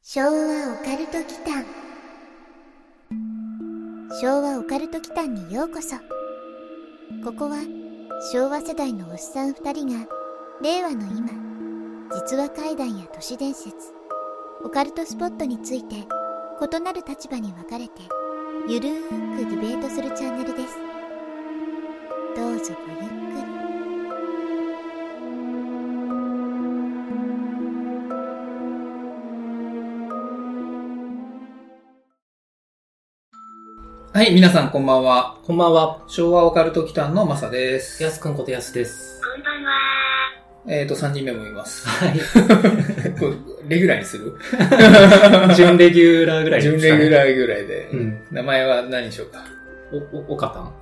昭和オカルト祈間。昭和オカルト祈間にようこそ。ここは昭和世代のおっさん2人が令和の今、実話怪談や都市伝説、オカルトスポットについて異なる立場に分かれてゆるーくディベートするチャンネルです。どうぞごゆっくり。 はい、皆さんこんばんは。 こんばんは。 昭和オカルト祈間のマサです。 やすくんことやすです。 こんばんは。 3人目もいます。 はい。 レギュラーにする準レギュラーぐらいですかね。 準レギュラーぐらいで。 うん。 名前は何にしようか。 おかたん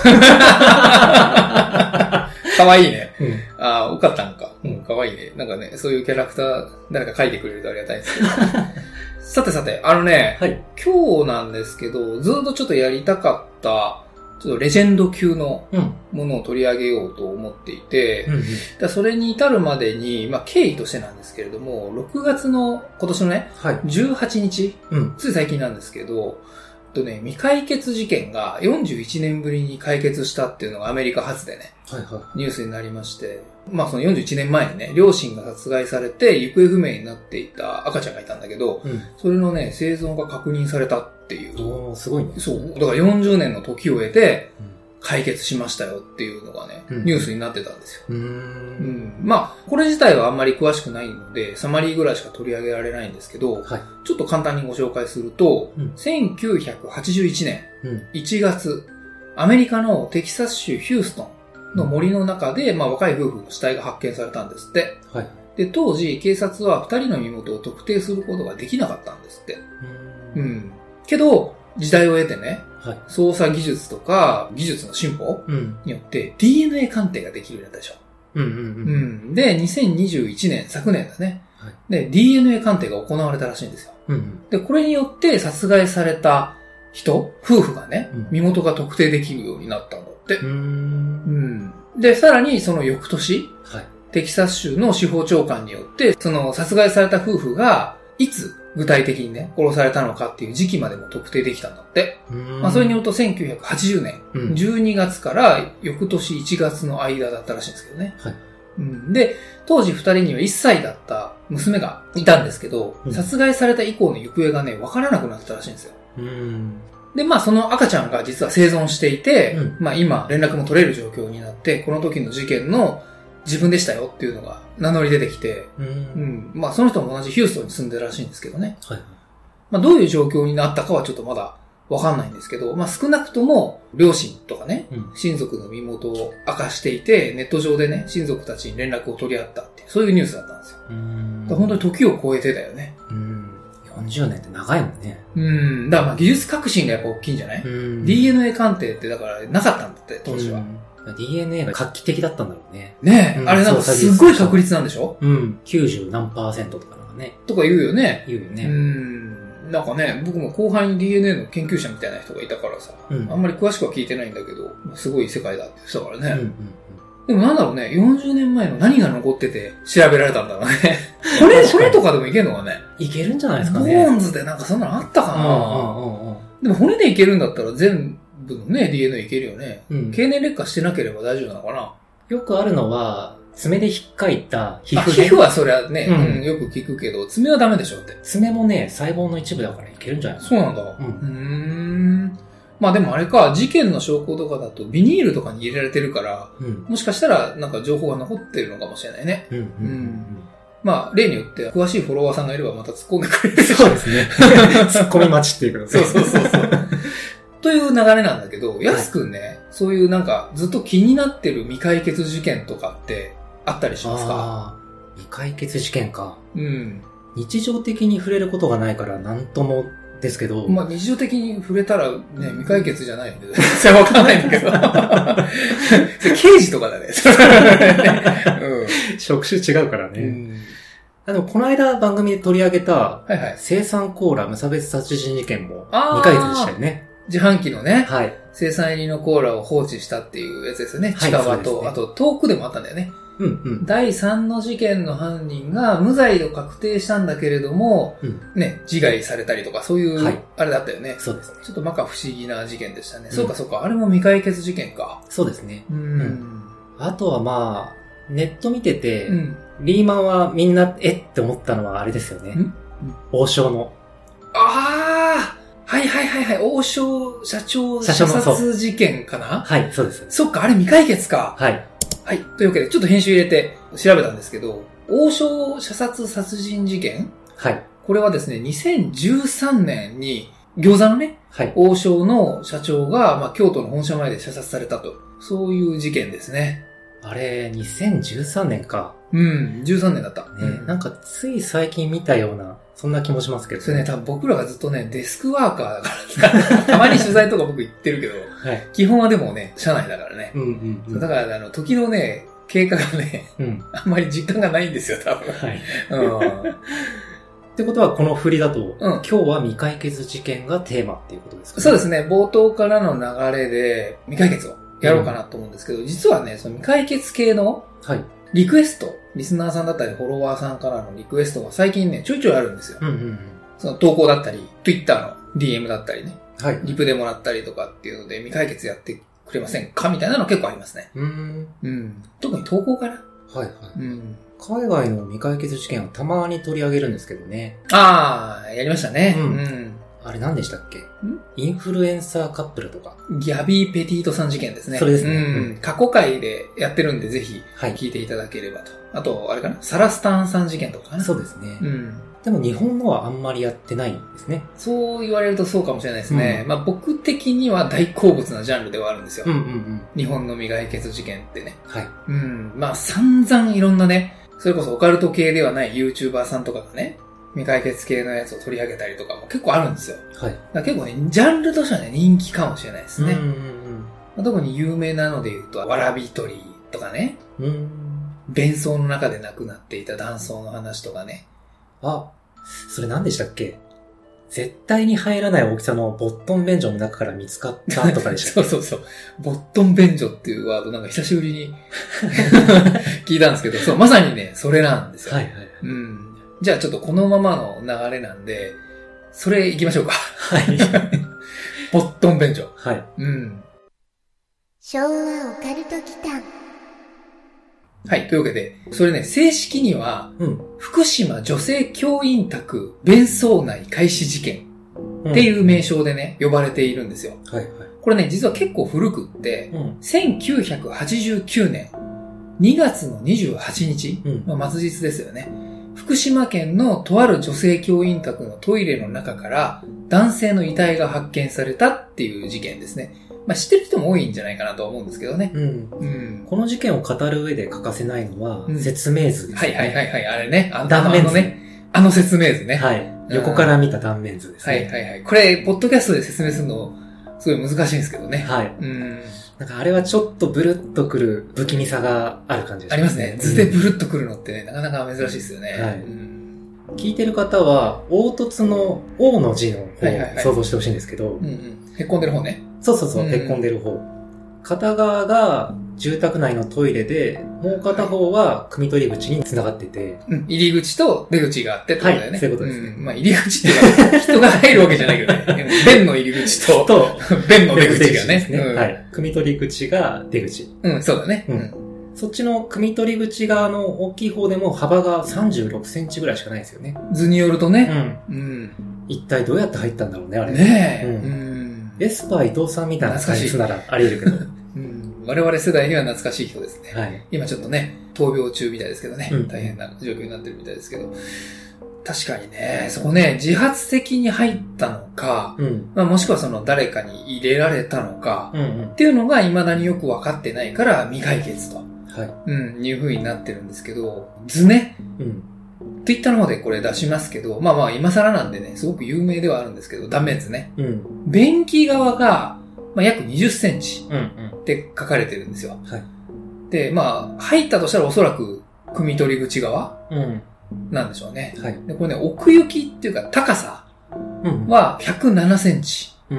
かわいいね。 うん。 ああ、おかたんか。 うん。 かわいいね。なんかね、そういうキャラクター、誰か書いてくれるとありがたいんですけど。さて、 はい。 今日なんですけど、ずっとちょっとやりたかった、ちょっとレジェンド級のものを取り上げようと思っていて、それに至るまでに、経緯としてなんですけれども、6月の今年のね、 はい。 18日、つい最近なんですけど、未解決事件が41年ぶりに解決したっていうのがアメリカ発でね、 はいはい。 ニュースになりまして、その41年前にね、両親が殺害されて行方不明になっていた赤ちゃんがいたんだけど、それのね、生存が確認されたっていう。 おー、すごいね。 そう。だから40年の時を経て、解決しましたよっていうのがね、ニュースになってたんですよ。これ自体はあんまり詳しくないので、サマリーぐらいしか取り上げられないんですけど、はい、ちょっと簡単にご紹介すると、1981年1月、アメリカのテキサス州ヒューストンの森の中で、若い夫婦の死体が発見されたんですって。はい、で、当時、警察は2人の身元を特定することができなかったんですって。けど、時代を経てね、はい、捜査技術とか技術の進歩によって DNA 鑑定ができるようになったでしょ。で、2021年、昨年だね。はい、で、DNA 鑑定が行われたらしいんですよ。で、これによって殺害された夫婦がね、身元が特定できるようになったんだって。で、さらにその翌年、はい、テキサス州の司法長官によって、その殺害された夫婦が、いつ具体的にね、殺されたのかっていう時期までも特定できたんだって。それによると1980年、12月から翌年1月の間だったらしいんですけどね。はい、で、当時2人には1歳だった娘がいたんですけど、殺害された以降の行方がね、わからなくなってたらしいんですよ。で、その赤ちゃんが実は生存していて、今連絡も取れる状況になって、この時の事件の自分でしたよっていうのが名乗り出てきて、その人も同じヒューストンに住んでるらしいんですけどね。はい、どういう状況になったかはちょっとまだわかんないんですけど、少なくとも両親とかね、親族の身元を明かしていて、ネット上でね、親族たちに連絡を取り合ったっていう、そういうニュースだったんですよ。本当に時を超えてだよね。 40年って長いもんね。 だから技術革新がやっぱ大きいんじゃない ?DNA 鑑定ってだからなかったんだって、当時は。 DNA が画期的だったんだろうね。 ねえ、あれなんかすっごい確率なんでしょ 90何%とかなんかね。 とか言うよね。 言うよね。 なんかね、僕も後輩に DNA の研究者みたいな人がいたからさ、あんまり詳しくは聞いてないんだけど、すごい世界だって言ってたからね。でもなんだろうね、40年前の何が残ってて調べられたんだろうね。これとかでもいけるのかね。 いけるんじゃないですかね。 ボーンズでなんかそんなのあったかな。でも骨でいけるんだったら全部のね、DNA いけるよね。経年劣化してなければ大丈夫なのかな。 よくあるのは、爪で引っかいた皮膚。 皮膚はそれはね、よく聞くけど、爪はダメでしょって。 爪もね、細胞の一部だからいけるんじゃないそうなんだ。でもあれか、事件の証拠とかだとビニールとかに入れられてるから、もしかしたらなんか情報が残ってるのかもしれないね。例によっては詳しいフォロワーさんがいればまた突っ込んでくれる。 そうですね。突っ込み待ちっていうことですね。そう。という流れなんだけど、やすくんね、そういうなんかずっと気になってる未解決事件とかってあったりしますか？ 未解決事件か。日常的に触れることがないからなんともですけど。 日常的に触れたらね、未解決じゃないんで、それはわかんないんだけど。刑事とかだね。 職種違うからね。でもこの間番組で取り上げた、生産コーラ無差別殺人事件も未解決でしたよね。 自販機のね、生産入りのコーラを放置したっていうやつですよね。近場と、あと遠くでもあったんだよね。 第3の事件の犯人が無罪を確定したんだけれども、ね、自害されたりとか、そういう、あれだったよね。 そうですね。 ちょっと摩訶不思議な事件でしたね。そうかそうか、あれも未解決事件か。 そうですね。あとはまあ、ネット見てて、リーマンはみんな、って思ったのはあれですよね。王将の。 はいはいはいはい。王将社長射殺事件かな？ はい、そうです。 そっか、あれ未解決か。 はい。 はい。というわけで、ちょっと編集入れて調べたんですけど、王将射殺殺人事件？ はい。 これはですね、2013年に餃子のね、王将の社長が、まあ、京都の本社前で射殺されたと。そういう事件ですね。 あれ、2013年か。 13年だった。 なんかつい最近見たような、そんな気もしますけど。 それね、多分僕らがずっとね、デスクワーカーだからたまに取材とか僕行ってるけど、基本はでもね、社内だからね。だから、時のね、経過がね、あんまり実感がないんですよ、多分。 ってことは、この振りだと、今日は未解決事件がテーマっていうことですかね。 そうですね、冒頭からの流れで未解決をやろうかなと思うんですけど、実はね、その未解決系の、リクエスト、リスナーさんだったりフォロワーさんからのリクエストが最近ね、ちょいちょいあるんですよ。その投稿だったり、Twitter の DM だったりね、リプでもらったりとかっていうので、未解決やってくれませんかみたいなの結構ありますね。特に投稿かな。 海外の未解決事件はたまに取り上げるんですけどね。 やりましたね。 あれ何でしたっけ？インフルエンサーカップルとか。 ギャビー・ペティートさん事件ですね。 それですね。 過去回でやってるんで、ぜひ聞いていただければと。あと、あれかな？サラスターンさん事件とかかな。 そうですね。でも日本のはあんまりやってないんですね。 そう言われるとそうかもしれないですね。まあ僕的には大好物なジャンルではあるんですよ。日本の未解決事件ってね。まあ散々いろんなね、それこそオカルト系ではない YouTuber さんとかがね、未解決系のやつを取り上げたりとかも結構あるんですよ。だから結構ね、ジャンルとしてはね、人気かもしれないですね。特に有名なので言うと、わらび鳥とかね。弁装の中で亡くなっていた男装の話とかね。 それ何でしたっけ？絶対に入らない大きさのボットン便所の中から見つかったとかでしたっけ？ そう。ボットン便所っていうワードなんか久しぶりに聞いたんですけど、そう、まさにね、それなんですよ。じゃあちょっとこのままの流れなんで、それ行きましょうか。ボットン便所。 昭和オカルト祈祷。 はい。というわけで、それね、正式には、福島女性教員宅弁装内開始事件っていう名称でね、呼ばれているんですよ。これね、実は結構古くって、1989年2月の28日、末日ですよね。福島県のとある女性教員宅のトイレの中から男性の遺体が発見されたっていう事件ですね。まあ知ってる人も多いんじゃないかなと思うんですけどね。 この事件を語る上で欠かせないのは、説明図ですね。 あれね。 断面図ね。あの説明図ね。 横から見た断面図ですね。 これ、ポッドキャストで説明するの、すごい難しいんですけどね。 なんかあれはちょっとブルッとくる不気味さがある感じですね。 ありますね。図でブルッとくるのってね、なかなか珍しいですよね。 聞いてる方は、凹凸の O の字の方を想像してほしいんですけど。 へっこんでる方ね。 そう、へっこんでる方。片側が住宅内のトイレで、もう片方は汲み取り口に繋がってて。 入り口と出口があってってことだよね。 そういうことですね。 まあ入り口っていうか、人が入るわけじゃないけどね。便の入り口と、便の出口がね。 汲み取り口が出口。 そうだね。 そっちの汲み取り口側の大きい方でも幅が36センチぐらいしかないですよね。 図によるとね。 一体どうやって入ったんだろうね、あれ。エスパー伊藤さんみたいなサイズならあり得るけど。 我々世代には懐かしい人ですね。今ちょっとね、闘病中みたいですけどね。大変な状況になってるみたいですけど。確かにね、そこね、自発的に入ったのか、もしくはその誰かに入れられたのか、っていうのが未だによく分かってないから未解決と。いう風になってるんですけど、図ね。Twitter の方でこれ出しますけど、まあ今更なんでね、すごく有名ではあるんですけど、断面図ね。便器側が、約20センチって書かれてるんですよ。で、入ったとしたらおそらく、汲み取り口側なんでしょうね。で、これね、奥行きっていうか高さは107センチ。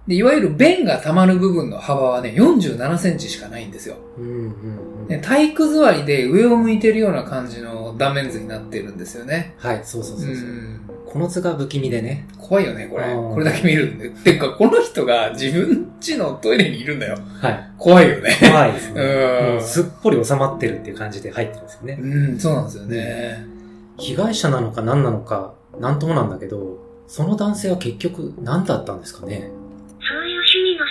で、いわゆる便が溜まる部分の幅はね、47センチしかないんですよ。で体育座りで上を向いてるような感じの断面図になってるんですよね。 はい、そうそうそうそう。この図が不気味でね。 怖いよね、これ。これだけ見るんで。てか、この人が自分家のトイレにいるんだよ。 はい。 怖いよね。 怖いですね。すっぽり収まってるっていう感じで入ってるんですよね。 そうなんですよね。 被害者なのか何なのか、なんともなんだけど、その男性は結局何だったんですかね。 そういう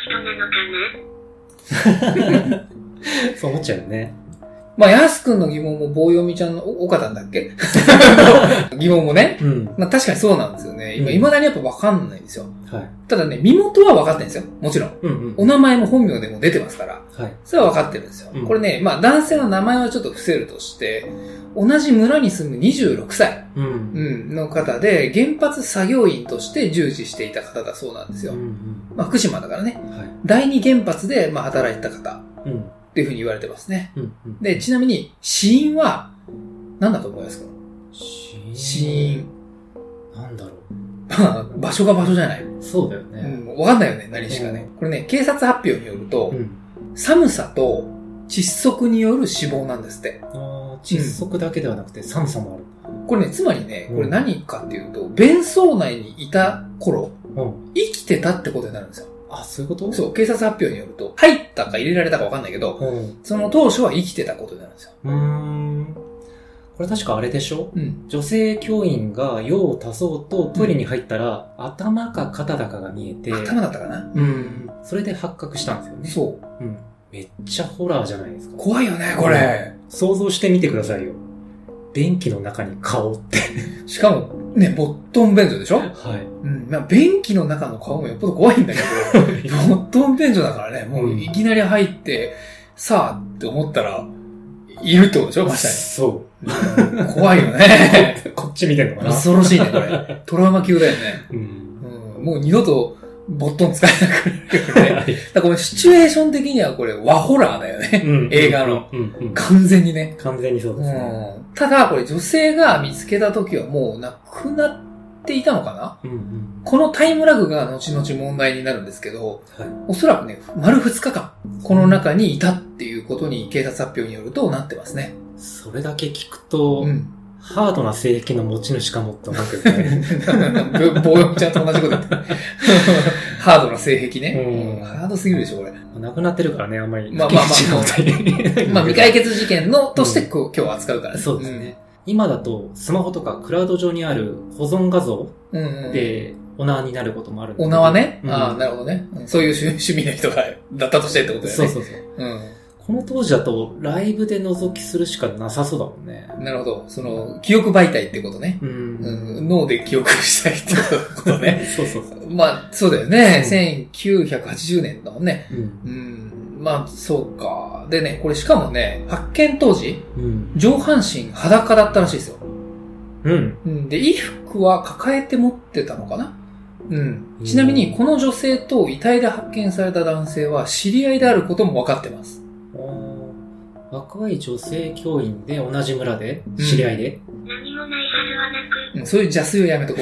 趣味の人なのかなそう思っちゃうよね。 まあ、やすくんの疑問も棒読みちゃんの岡田だっけ疑問もね。まあ確かにそうなんですよね。未だにやっぱ分かんないんですよ。はい。ただね、身元は分かってるんですよ。もちろん。お名前も本名でも出てますから。はい。それは分かってるんですよ。これね、まあ男性の名前はちょっと伏せるとして、同じ村に住む26歳の方で、原発作業員として従事していた方だそうなんですよ。まあ福島だからね。はい。第二原発でまあ働いてた方。っていうふうに言われてますね。で、ちなみに死因は何だと思いますか？死因。 なんだろう。場所が場所じゃない。 そうだよね。 わかんないよね、何しかね。これね、警察発表によると、寒さと窒息による死亡なんですって。 窒息だけではなくて寒さもある。 これね、つまりね、これ何かっていうと、便槽内にいた頃、生きてたってことになるんですよ。 あ、そういうこと？ そう、警察発表によると、入ったか入れられたかわかんないけど、その当初は生きてたことになるんですよ。 これ確かあれでしょ？女性教員が用を足そうとトイレに入ったら、頭か肩だかが見えて。 頭だったかな？ それで発覚したんですよね。 そう。 めっちゃホラーじゃないですか。 怖いよね、これ。 想像してみてくださいよ。便器の中に顔って。 しかも、ね、ボットン便所でしょ？はい。まあ、便器の中の顔もよっぽど怖いんだけど、ボットン便所だからね、もういきなり入って、さあって思ったら、いるってことでしょ？まさに。 そう。 怖いよね。 こっち見てんのかな？ 恐ろしいね、これ。トラウマ級だよね。もう二度と、ボットン使えなくなるよね。だからこれシチュエーション的にはこれ和ホラーだよね。映画の。完全にね。 完全にそうですね。 ただこれ女性が見つけた時はもう亡くなっていたのかな？このタイムラグが後々問題になるんですけど、おそらくね、丸2日間、この中にいたっていうことに警察発表によるとなってますね。 それだけ聞くと、ハードな性癖の持ち主かもって思うけどね。 棒読みちゃんと同じこと言ってハードな性癖ね。ハードすぎるでしょ、これ。 亡くなってるからね、あんまり。 まあ、未解決事件のとして今日は扱うからね。 そうですね。今だと、スマホとかクラウド上にある保存画像で、お縄になることもあるんで。 お縄ね。ああ、なるほどね。そういう趣味の人が、だったとしてってことだよね。 そう。この当時だと、ライブで覗きするしかなさそうだもんね。 なるほど。その、記憶媒体ってことね。脳で記憶したいってことね。 そう。 まあ、そうだよね。1980年だもんね。まあ、そうか。でね、これしかもね、発見当時、上半身裸だったらしいですよ。で、衣服は抱えて持ってたのかな？ちなみに、この女性と遺体で発見された男性は知り合いであることも分かってます。 若い女性教員で同じ村で知り合いで、 何もないはずはなく、 そういう邪推をやめとこう。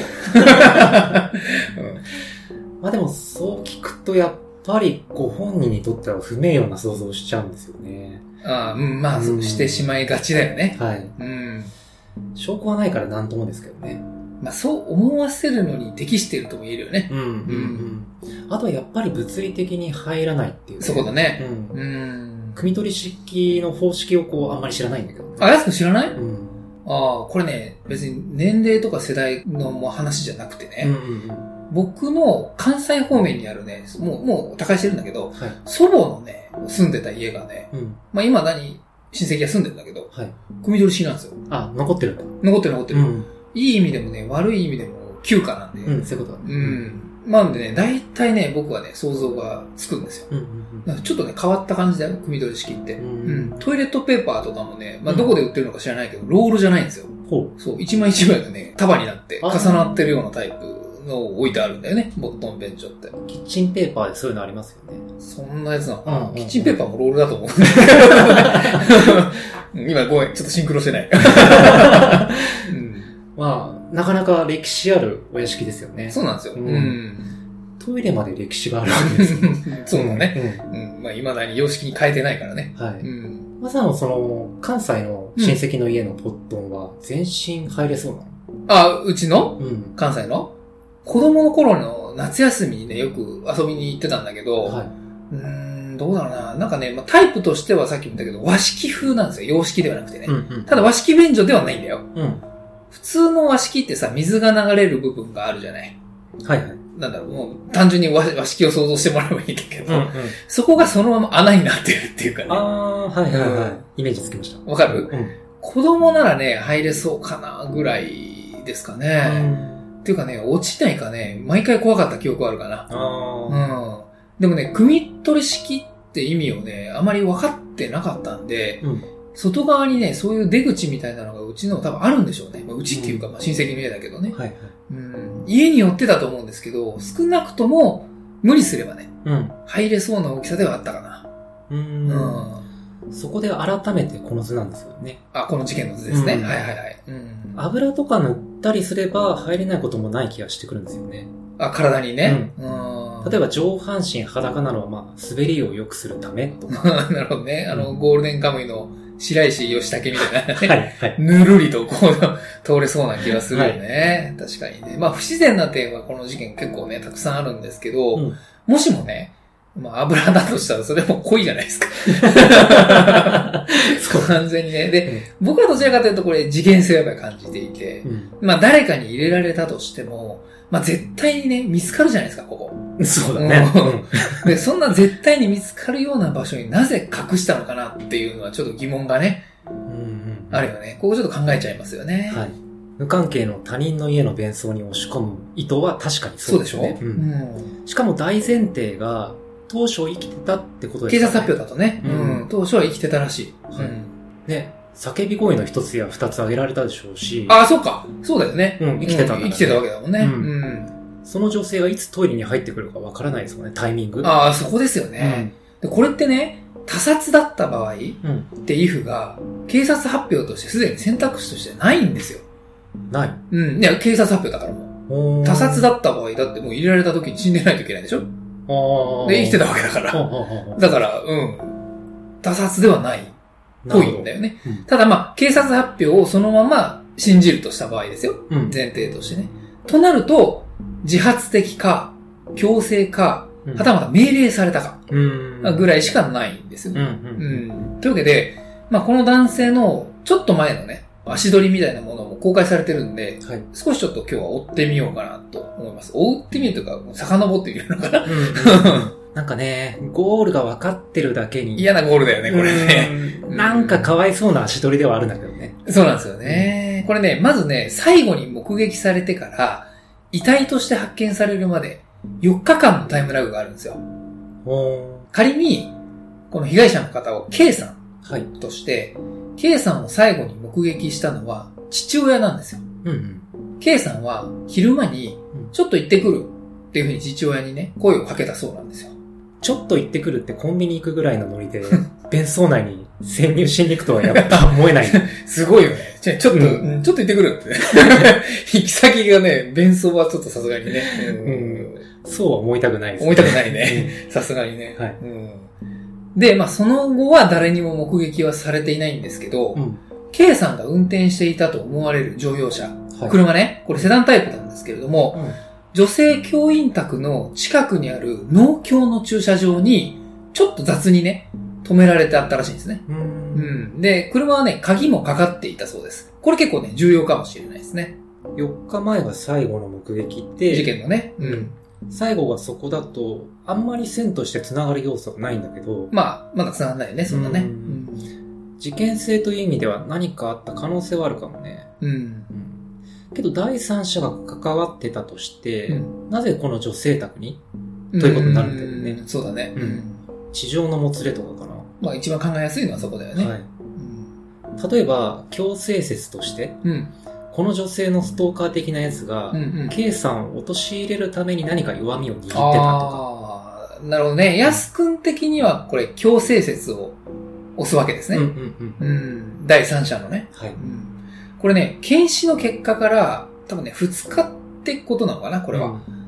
まあでもそう聞くとやっぱりご本人にとっては不名誉な想像をしちゃうんですよね。 まあ、してしまいがちだよね。 はい。証拠はないからなんともですけどね。 まあそう思わせるのに適しているとも言えるよね。 あとはやっぱり物理的に入らないっていう、ね。 そこだね。 汲み取り式の方式をこうあんまり知らないんだけど、ね。 あ、やすく知らない？これね、別に年齢とか世代の話じゃなくてね。僕の関西方面にあるね、もう他界してるんだけど、祖母のね、住んでた家がね、まあ今親戚が住んでるんだけど、汲み取り式なんですよ。 あ、残ってるんだ。 残ってる。いい意味でもね、悪い意味でも旧家なんで。 そういうことだね。 なんでね、大体ね、僕はね、想像がつくんですよ。ちょっとね、変わった感じだよ、汲み取り式って。トイレットペーパーとかもね、まあどこで売ってるのか知らないけど、ロールじゃないんですよ。そう、一枚一枚がね、束になって重なってるようなタイプのを置いてあるんだよね、ボットン便所って。 キッチンペーパーでそういうのありますよね。 そんなやつなのかな、キッチンペーパーもロールだと思う。今ごめん、ちょっとシンクロしてない。 まあ、なかなか歴史あるお屋敷ですよね。 そうなんですよ。 トイレまで歴史があるわけですよ。 そうだね。まあ、未だに様式に変えてないからね。 はい。まさの関西の親戚の家のポットンは全身入れそうなの？ あ、うちの関西の子供の頃の夏休みにね、よく遊びに行ってたんだけど、はい、どうだろうな。なんかね、まあ、タイプとしてはさっきも言ったけど、和式風なんですよ。洋式ではなくてね。ただ和式便所ではないんだよ。普通の和式ってさ、水が流れる部分があるじゃない。はいはい。なんだろう、もう単純に和式を想像してもらえばいいんだけど、そこがそのまま穴になってるっていうかね。 はいはいはい。イメージつきました。 わかる？子供ならね、入れそうかなぐらいですかね。っていうかね、落ちないかね、毎回怖かった記憶あるかな。でもね、汲み取り式って意味をね、あまり分かってなかったんで、外側にね、そういう出口みたいなのがうちの多分あるんでしょうね。まあ、うちっていうか、まあ、親戚の家だけどね、家によってだと思うんですけど、少なくとも無理すればね、入れそうな大きさではあったかな。 そこで改めてこの図なんですよね。 この事件の図ですね。はいはいはい。 油とか塗ったりすれば入れないこともない気がしてくるんですよね。 体にね。 例えば上半身裸なのはまあ滑りを良くするためとか。 なるほどね。ゴールデンカムイの白石義武みたいなね。はい。ぬるりとこう通れそうな気がするよね。確かにね。まあ不自然な点はこの事件結構ね、たくさんあるんですけど、もしもね、まあ油だとしたらそれも濃いじゃないですか。そう、完全にね。で、僕はどちらかというとこれ事件性をやっぱり感じていて、まあ誰かに入れられたとしても、まあ絶対にね、見つかるじゃないですか、ここ。 そうだね。 で、そんな絶対に見つかるような場所になぜ隠したのかなっていうのはちょっと疑問がね、あるよね。ここちょっと考えちゃいますよね。はい。 無関係の他人の家の便槽に押し込む意図は確かにそうですね。そうでしょ？しかも大前提が、当初生きてたってことですね。 警察発表だとね。当初は生きてたらしい。 ね、叫び声の一つや二つ挙げられたでしょうし。 そうか。そうだよね。 生きてたんだ、 生きてたわけだもんね。 その女性がいつトイレに入ってくるかわからないですもんね、タイミング。 そこですよね。でこれってね、他殺だった場合ってイフが、警察発表としてすでに選択肢としてないんですよ。 ない。 いや、警察発表だからもう。他殺だった場合だってもう入れられた時に死んでないといけないでしょ？で、生きてたわけだから。だから、他殺ではない。ぽいんだよね。ただまあ、警察発表をそのまま信じるとした場合ですよ。前提としてね。となると、自発的か、強制か、はたまた命令されたか、ぐらいしかないんですよ。というわけで、まあこの男性のちょっと前のね、足取りみたいなものも公開されてるんで、少しちょっと今日は追ってみようかなと思います。追ってみるというか、遡ってみるのかな。 なんかね、ゴールが分かってるだけに。 嫌なゴールだよね、これね。 なんかかわいそうな足取りではあるんだけどね。 そうなんですよね。これね、まずね、最後に目撃されてから、遺体として発見されるまで、4日間のタイムラグがあるんですよ。仮に、この被害者の方を K さんとして、K さんを最後に目撃したのは父親なんですよ。K さんは昼間にちょっと行ってくるっていうふうに父親にね、声をかけたそうなんですよ。 ちょっと行ってくるってコンビニ行くぐらいのノリで、便槽内に潜入しに行くとはやっぱ思えない。 すごいよね。ちょっと行ってくるって。行き先がね、便槽はちょっとさすがにね。 そうは思いたくないですね。思いたくないね。さすがにね。で、まあその後は誰にも目撃はされていないんですけど、K さんが運転していたと思われる乗用車。車ね、これセダンタイプなんですけれども、女性教員宅の近くにある農協の駐車場に、ちょっと雑にね、止められてあったらしいんですね。で、車はね、鍵もかかっていたそうです。これ結構ね、重要かもしれないですね。 4日前が最後の目撃って、 事件のね。 最後がそこだと、あんまり線として繋がる要素がないんだけど。 まあ、まだ繋がんないよね、そんなね。 事件性という意味では何かあった可能性はあるかもね。けど第三者が関わってたとして、なぜこの女性宅にということになるんだよね。 そうだね。 地上のもつれとかかな。 まあ一番考えやすいのはそこだよね。 例えば、強制説として、この女性のストーカー的なやつが、K さんを陥れるために何か弱みを握ってたとか。 なるほどね。ヤス君的にはこれ強制説を押すわけですね。第三者のね。これね、検視の結果から、多分ね、2日ってことなのかな、これは。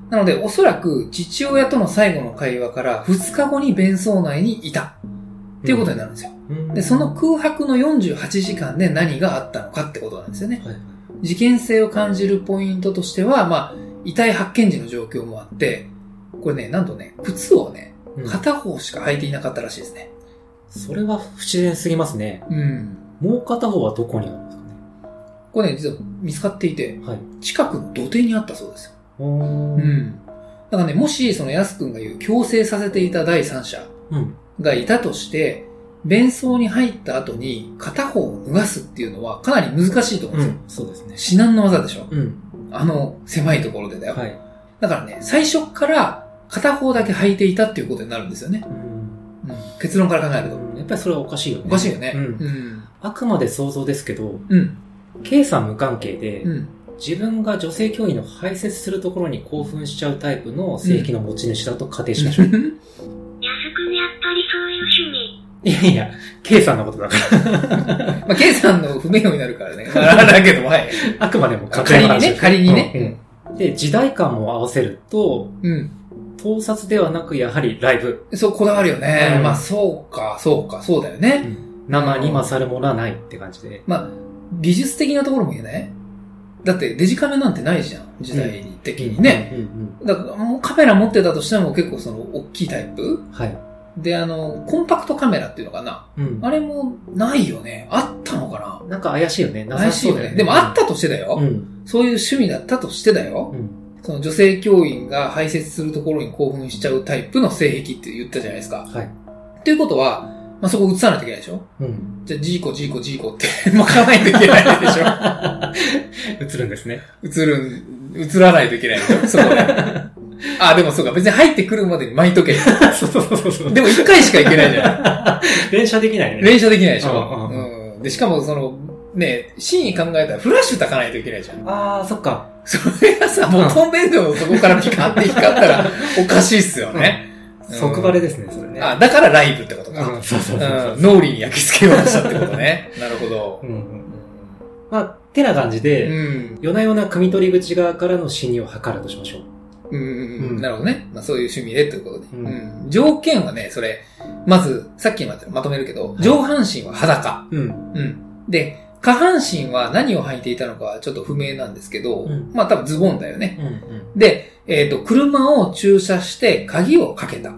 なので、おそらく父親との最後の会話から2日後に弁槽内にいた。っていうことになるんですよ。で、その空白の48時間で何があったのかってことなんですよね。はい、事件性を感じるポイントとしては、まあ、遺体発見時の状況もあって、これね、なんとね、靴をね、片方しか履いていなかったらしいですね。 それは不自然すぎますね。もう片方はどこにあるんですかね。 これね、実は見つかっていて、はい、近くの土手にあったそうですよ。だからね、もし、そのヤス君が言う強制させていた第三者がいたとして、弁槽に入った後に片方を脱がすっていうのはかなり難しいと思うんですよ。 そうですね。 至難の技でしょ。狭いところでだよ。はい、だからね、最初から片方だけ履いていたっていうことになるんですよね。結論から考えると。 やっぱりそれはおかしいよね。 おかしいよね。 あくまで想像ですけど、K さん無関係で、自分が女性教員の排泄するところに興奮しちゃうタイプの性器の持ち主だと仮定しましょう。 安くんやっぱりそういう趣味。 いやいや、K さんのことだから。 まあ、K さんの不名誉になるからね。だけど、はい。 あくまでも仮にね、仮にね。 で、時代感も合わせると、盗撮ではなくやはりライブ。 そう、こだわるよね。まあ、そうだよね。 生に勝るものはないって感じで。 まあ、技術的なところも言えない？だってデジカメなんてないじゃん、時代的にね。だからもうカメラ持ってたとしても結構その大きいタイプ？はい。で、コンパクトカメラっていうのかな、あれもないよね。あったのかな？ なんか怪しいよね。 怪しいよね。でもあったとしてだよ。そういう趣味だったとしてだよ。その女性教員が排泄するところに興奮しちゃうタイプの性癖って言ったじゃないですか。はい。っていうことは、まあ、そこ映さないといけないでしょ？じゃあ、ジーコって巻かないといけないでしょ？ 映るんですね。 映らないといけないでしょ？そこで。あ、でもそうか、別に入ってくるまでに巻いとけ。そう。でも一回しかいけないじゃん。連射できないね。 連射できないでしょ？で、しかもその、ね、真に考えたらフラッシュ焚かないといけないじゃん。 ああ、そっか。 それがさ、もう透明度のそこからピカって光ったらおかしいっすよね。 即バレですね、それね。 あ、だからライブってことか。そう。脳裏に焼き付けようとしたってことね。なるほど。 まあ、てな感じで、夜な夜な汲み取り口側からの侵入を図るとしましょう。 なるほどね。まあそういう趣味でということで。条件はね、それ、まず、さっきまとめるけど、上半身は裸。で、下半身は何を履いていたのかはちょっと不明なんですけど、まあ多分ズボンだよね。で、車を駐車して鍵をかけた。はい。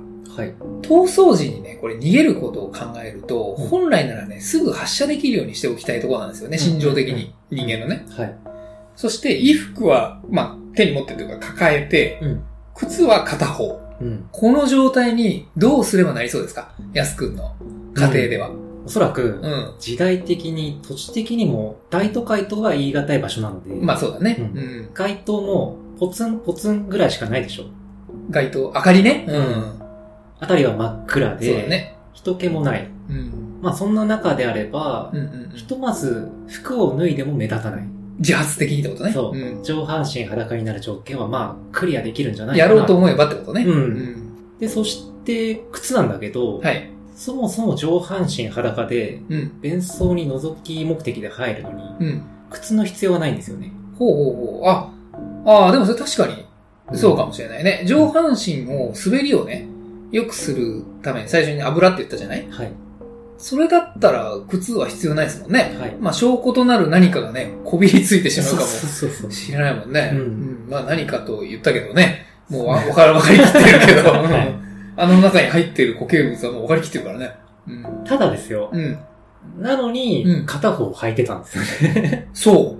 逃走時にね、これ逃げることを考えると、本来ならね、すぐ発射できるようにしておきたいところなんですよね、心情的に。人間のね。はい。そして、衣服は、まあ、手に持ってというか抱えて、靴は片方。この状態にどうすればなりそうですか？やすくんの家庭では。 おそらく、時代的に、土地的にも、大都会とは言い難い場所なので。 まあそうだね。 街灯も、ポツンぐらいしかないでしょ。 街灯、明かりね。 あたりは真っ暗で、 そうだね。 人気もない。まあそんな中であれば、ひとまず服を脱いでも目立たない。 自発的にってことね。 そう。上半身裸になる条件はまあクリアできるんじゃないかな。 やろうと思えばってことね。 で、そして靴なんだけど、はい。そもそも上半身裸で、便槽に覗き目的で入るのに、靴の必要はないんですよね。 ほう。あ、でもそれ確かに、そうかもしれないね。上半身を、滑りをね、良くするために最初に油って言ったじゃない？はい。それだったら、靴は必要ないですもんね。はい。まあ、証拠となる何かがね、こびりついてしまうかもしれないもんね。まあ、何かと言ったけどね、もう分かりきってるけど、あの中に入ってる固形物はもう分かりきってるからね。 ただですよ。なのに、片方履いてたんですよね。 そう。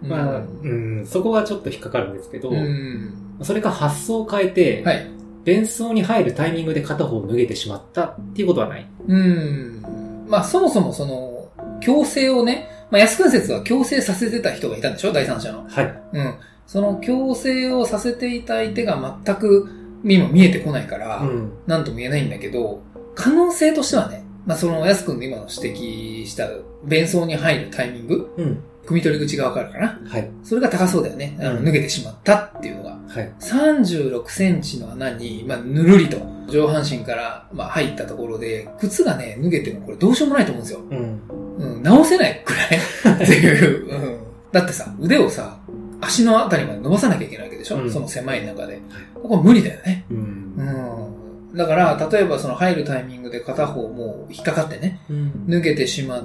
まあ、そこがちょっと引っかかるんですけど、それか発想を変えて、はい、便槽に入るタイミングで片方を脱げてしまったっていうことはない。 まあそもそもその、強制をね、まあ安くん説は強制させてた人がいたんでしょ？第三者の。はい。その強制をさせていた相手が全く今見えてこないから、なんとも言えないんだけど、可能性としてはね、まあその安くんの今の指摘した便槽に入るタイミング、汲み取り口がわかるかな。はい。それが高そうだよね。脱げてしまったっていうのが。はい。36センチの穴に、まあ、ぬるりと上半身から、まあ、入ったところで、靴がね、脱げてもこれどうしようもないと思うんですよ。直せないくらいっていう。だってさ、腕をさ、 足のあたりまで伸ばさなきゃいけないわけでしょ、その狭い中で。これ無理だよね。だから、例えばその入るタイミングで片方もう引っかかってね、抜けてしまって、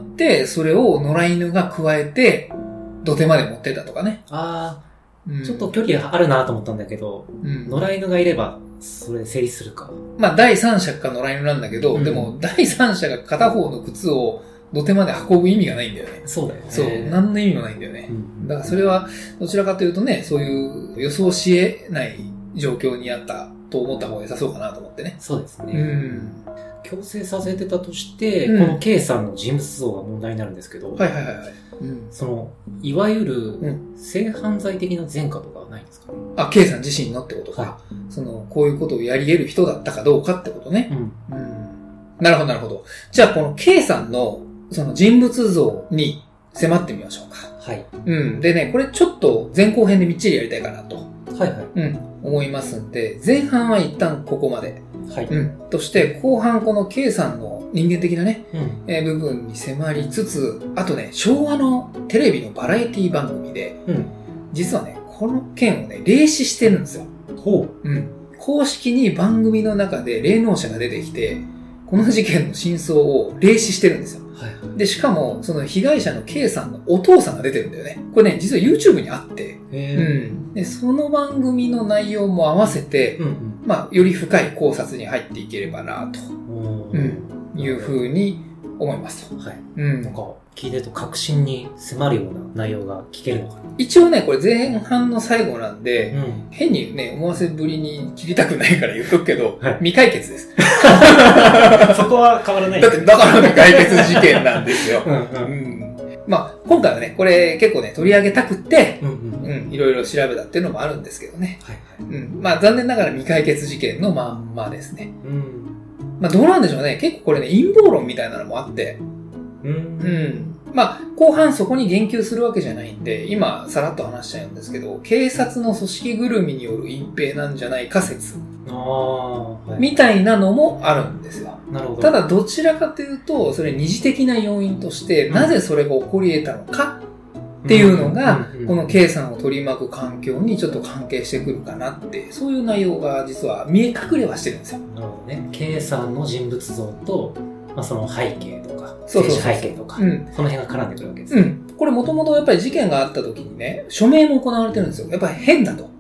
それを野良犬が加えて、土手まで持ってったとかね。 ちょっと距離あるなと思ったんだけど、野良犬がいれば、それ成立するか。 まあ、第三者か野良犬なんだけど、でも、第三者が片方の靴を土手まで運ぶ意味がないんだよね。 そうだよね。 そう、何の意味もないんだよね。だからそれは、どちらかというとね、そういう予想し得ない状況にあったと思った方が良さそうかなと思ってね。 そうですね。強制させてたとして、この K さんの人物像が問題になるんですけど、その、いわゆる、性犯罪的な前科とかはないんですかね。 K さん自身のってことか。その、こういうことをやり得る人だったかどうかってことね。なるほど、なるほど。じゃあ、この K さんの、その人物像に迫ってみましょうか。でね、これちょっと前後編でみっちりやりたいかなと。思いますんで、前半は一旦ここまで。として、後半この K さんの人間的なね、部分に迫りつつ、あとね、昭和のテレビのバラエティ番組で、実はね、この件をね、霊視してるんですよ。公式に番組の中で霊能者が出てきて、この事件の真相を霊視してるんですよ。で、しかも、その被害者の K さんのお父さんが出てるんだよね。これね、実は YouTube にあって、で、その番組の内容も合わせて、まあ、より深い考察に入っていければな、と、いうふうに思いますと。 なんか、聞いてると確信に迫るような内容が聞けるのかな。 一応ね、これ前半の最後なんで、変にね、思わせぶりに切りたくないから言っとくけど、未解決です。 そこは変わらない。 だから未解決事件なんですよ。まあ、今回はね、これ結構ね、取り上げたくって、いろいろ調べたっていうのもあるんですけどね。まあ、残念ながら未解決事件のまんまですね。まあ、どうなんでしょうね。結構これね、陰謀論みたいなのもあって、まあ、後半そこに言及するわけじゃないんで、今、さらっと話しちゃうんですけど、警察の組織ぐるみによる隠蔽なんじゃないか説。みたいなのもあるんですよ。ただ、どちらかというと、それ二次的な要因として、なぜそれが起こり得たのかっていうのが、この K さんを取り巻く環境にちょっと関係してくるかなって、そういう内容が実は見え隠れはしてるんですよ。 なるほどね。K さんの人物像と、まあ、その背景とか、政治背景とか、その辺が絡んでくるわけですね。 これもともとやっぱり事件があった時にね、署名も行われてるんですよ。やっぱり変だと。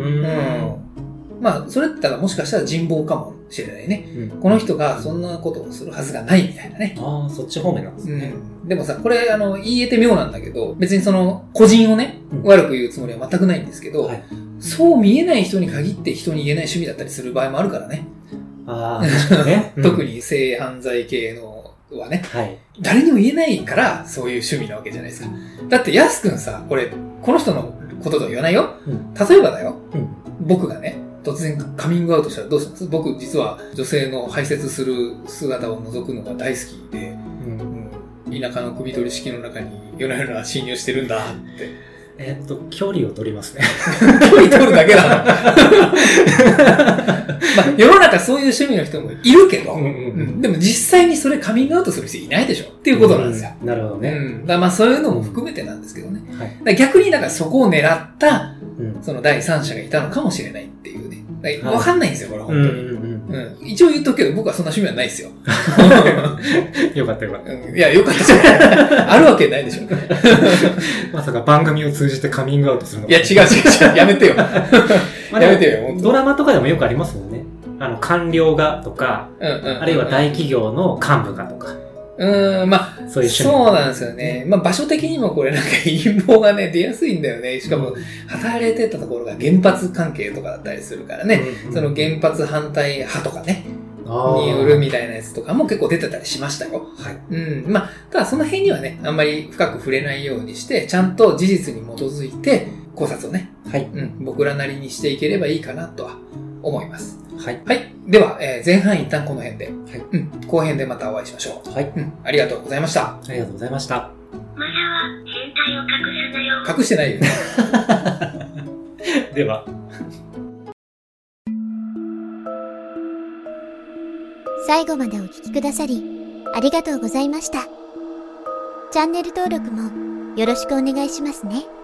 まあ、それってだからもしかしたら人望かもしれないね。この人がそんなことをするはずがないみたいなね。 そっち方面なんですね。 でもさ、これ言えて妙なんだけど、別にその個人をね、悪く言うつもりは全くないんですけど、そう見えない人に限って人に言えない趣味だったりする場合もあるからね。 確かにね。 特に性犯罪系のはね、誰にも言えないからそういう趣味なわけじゃないですか。だってやすくんさ、この人のこととは言わないよ。例えばだよ、僕がね、突然カミングアウトしたらどうします？僕実は女性の排泄する姿を覗くのが大好きで、田舎の首取り式の中に夜な夜な侵入してるんだって。 距離を取りますね。 距離取るだけだな。まあ、世の中そういう趣味の人もいるけど、でも実際にそれカミングアウトする人いないでしょっていうことなんですよ。 なるほどね。 だからまあそういうのも含めてなんですけどね。逆にだからそこを狙った、その第三者がいたのかもしれないっていうね。わかんないんですよ、これ本当に。一応言っとくけど僕はそんな趣味はないですよ。 よかったよかった。 いや、よかったじゃない。あるわけないでしょ。 まさか番組を通じてカミングアウトするのか。 いや、違う。やめてよ。やめてよ、 ドラマとかでもよくありますもんね。官僚がとか、あるいは大企業の幹部がとか。 まあ、そうなんですよね。まあ、場所的にもこれなんか陰謀がね、出やすいんだよね。しかも、働いてたところが原発関係とかだったりするからね。その原発反対派とかね。によるみたいなやつとかも結構出てたりしましたよ。まあ、ただその辺にはね、あんまり深く触れないようにして、ちゃんと事実に基づいて考察をね、僕らなりにしていければいいかなとは思います。では、前半一旦この辺で、後編でまたお会いしましょう。ありがとうございました。 ありがとうございました。 マサは変態を隠すなよ。 隠してないよ。 では。 最後までお聞きくださり、ありがとうございました。チャンネル登録もよろしくお願いしますね。